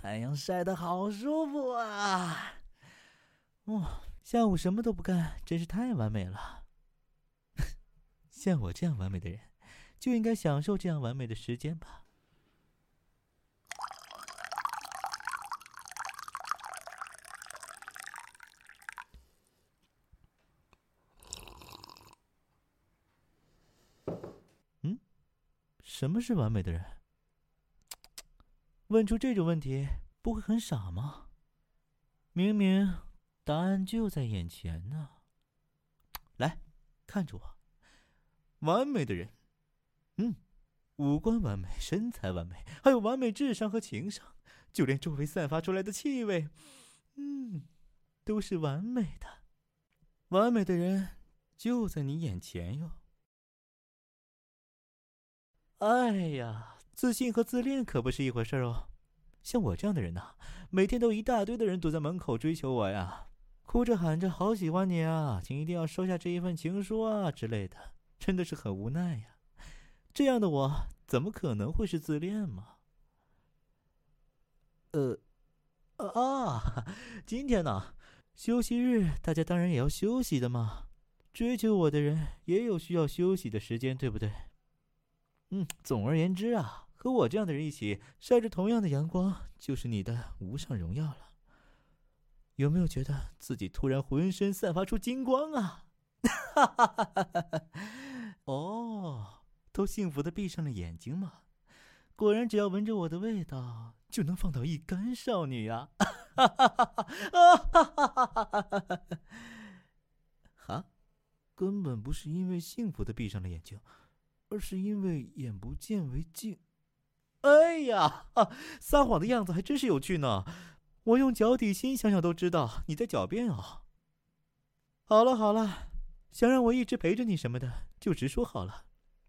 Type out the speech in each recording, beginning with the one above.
太阳晒得好舒服啊！下午什么都不干，真是太完美了。像我这样完美的人，就应该享受这样完美的时间吧。什么是完美的人？问出这种问题，不会很傻吗？明明答案就在眼前呢。来，看着我，完美的人，五官完美，身材完美，还有完美智商和情商，就连周围散发出来的气味，都是完美的。完美的人就在你眼前哟。哎呀，自信和自恋可不是一回事哦。像我这样的人呐，每天都一大堆的人堵在门口追求我呀，哭着喊着好喜欢你啊，请一定要收下这一份情书啊之类的，真的是很无奈呀。这样的我怎么可能会是自恋嘛？今天呢，休息日，大家当然也要休息的嘛。追求我的人也有需要休息的时间，对不对？总而言之啊，和我这样的人一起晒着同样的阳光，就是你的无上荣耀了。有没有觉得自己突然浑身散发出金光啊？哦，都幸福的闭上了眼睛嘛。果然，只要闻着我的味道，就能放倒一干少女啊！哈，根本不是因为幸福的闭上了眼睛，而是因为眼不见为净。哎呀，撒谎的样子还真是有趣呢。我用脚底心想想都知道你在狡辩啊。好了好了，想让我一直陪着你什么的，就直说好了。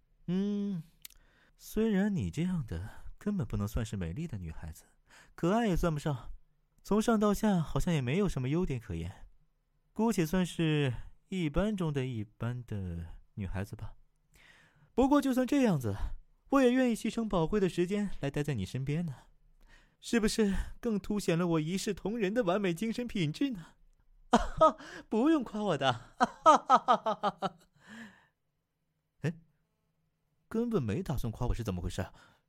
虽然你这样的根本不能算是美丽的女孩子，可爱也算不上，从上到下好像也没有什么优点可言，姑且算是一般中的一般的女孩子吧。不过就算这样子，我也愿意牺牲宝贵的时间来待在你身边呢，是不是更凸显了我一视同仁的完美精神品质呢？不用夸我的，哎，根本没打算夸我是怎么回事？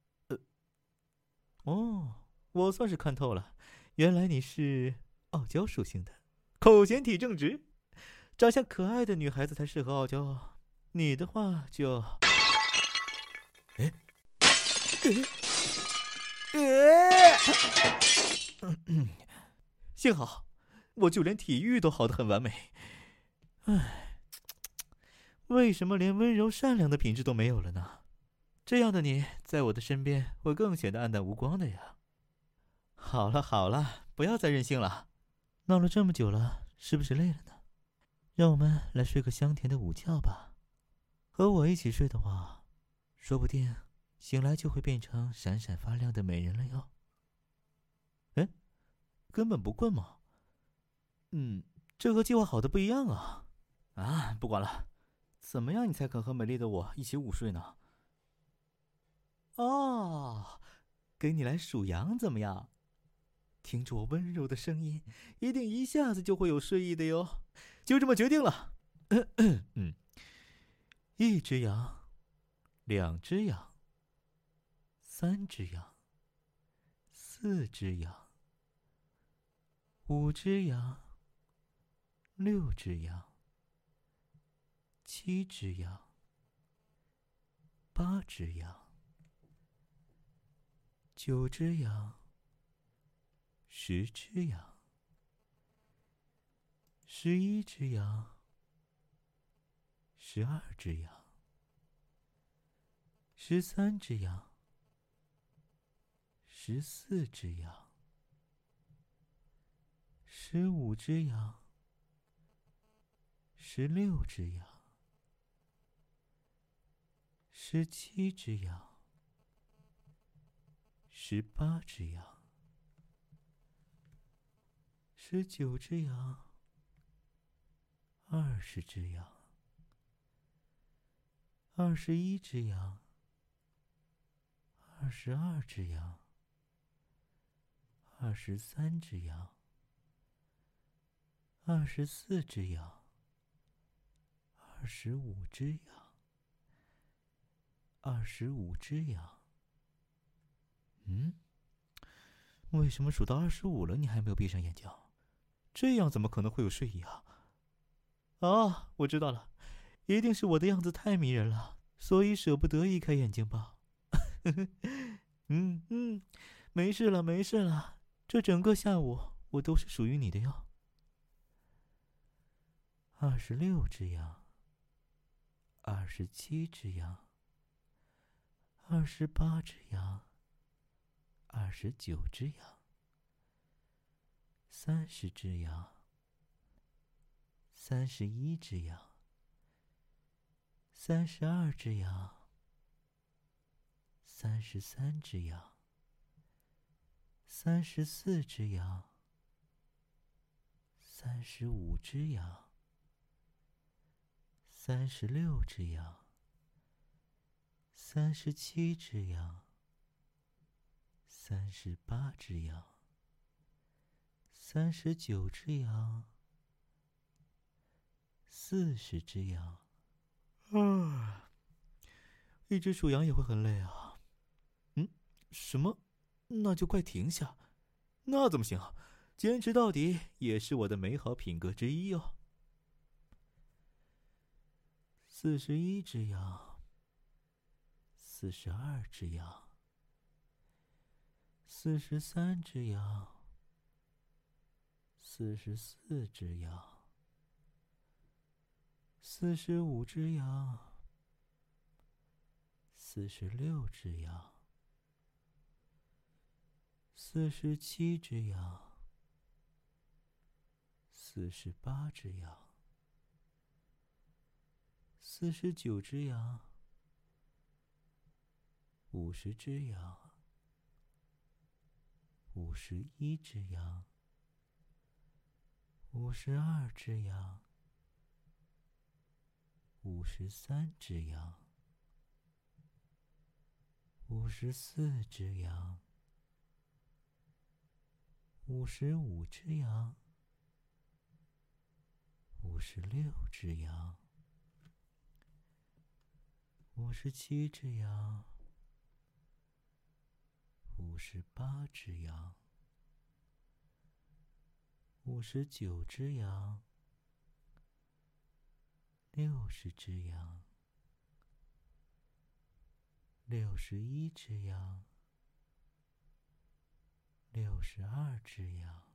我算是看透了，原来你是傲娇属性的，口嫌体正直，长相可爱的女孩子才适合傲娇，你的话就……哎，幸好，我就连体育都好得很完美。唉，为什么连温柔善良的品质都没有了呢？这样的你在我的身边，会更显得黯淡无光的呀。好了好了，不要再任性了，闹了这么久了，是不是累了呢？让我们来睡个香甜的午觉吧。和我一起睡的话，说不定醒来就会变成闪闪发亮的美人了哟。哎，根本不困吗？这和计划好的不一样啊！不管了，怎么样你才肯和美丽的我一起午睡呢？哦，给你来数羊怎么样？听着我温柔的声音，一定一下子就会有睡意的哟。就这么决定了。一只羊，两只羊，三只羊，四只羊，五只羊，六只羊，七只羊，八只羊，九只羊，十只羊，11只羊，12只羊，13只羊，14只羊，15只羊，16只羊，17只羊，18只羊，19只羊，20只羊，21只羊，22只羊 23只羊，24只羊，25只羊，25只羊。为什么数到25了，你还没有闭上眼睛？这样怎么可能会有睡意啊？啊，我知道了，一定是我的样子太迷人了，所以舍不得一开眼睛吧。没事了，没事了，这整个下午我都是属于你的哟。26只羊，27只羊，28只羊，29只羊，30只羊，31只羊，32只羊，33只羊，34只羊，35只羊，36只羊，37只羊，38只羊，39只羊，40只羊。一只属羊也会很累啊。什么？那就快停下。那怎么行啊？坚持到底也是我的美好品格之一哦。41只羊，42只羊，43只羊，44只羊，45只羊，46只羊，47只羊，48只羊，49只羊，50只羊，51只羊，52只羊，53只羊，54只羊，55只羊，56只羊，57只羊，58只羊，59只羊，60只羊，61只羊，62只羊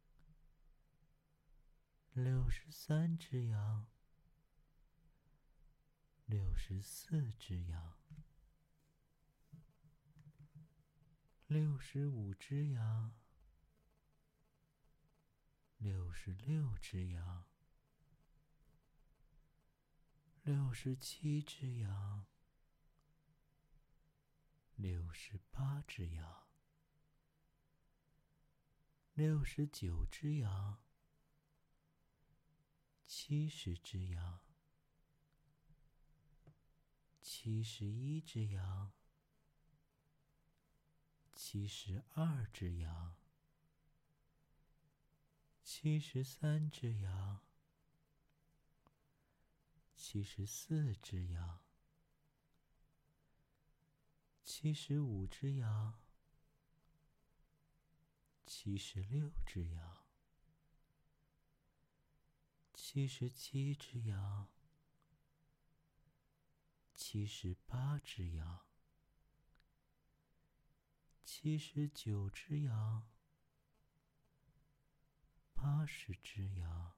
，63只羊，64只羊，65只羊，66只羊，67只羊，68只羊，69只羊，70只羊，71只羊，72只羊，73只羊，74只羊，75只羊，76只羊，77只羊，78只羊，79只羊，80只羊。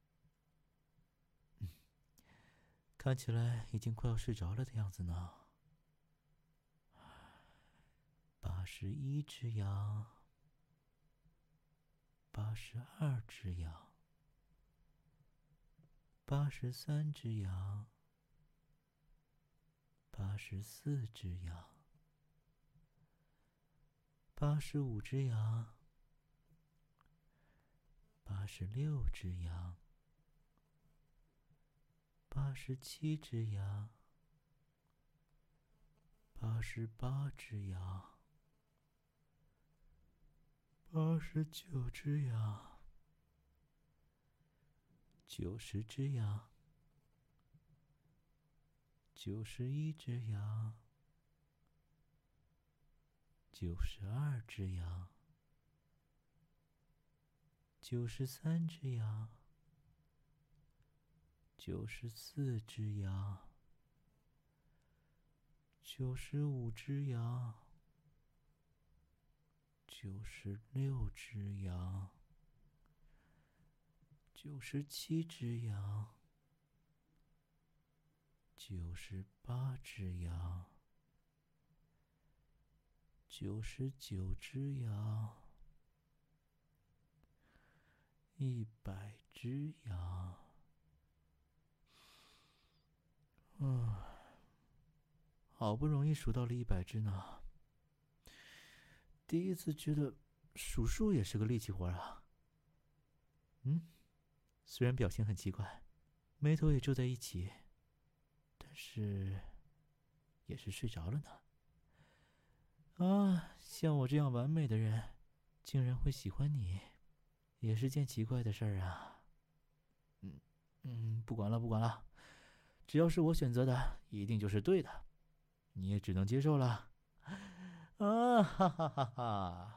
看起来已经快要睡着了的样子呢。81只羊，82只羊，83只羊，84只羊，85只羊，86只羊，87只羊，88只羊 89只羊，90只羊，91只羊，92只羊，93只羊，94只羊，95只羊，96只羊，97只羊，98只羊，99只羊，100只羊。好不容易数到了100只呢。第一次觉得数数也是个力气活啊。虽然表情很奇怪，眉头也皱在一起，但是也是睡着了呢。像我这样完美的人，竟然会喜欢你，也是件奇怪的事儿啊。不管了，只要是我选择的，一定就是对的，你也只能接受了。哈哈哈哈！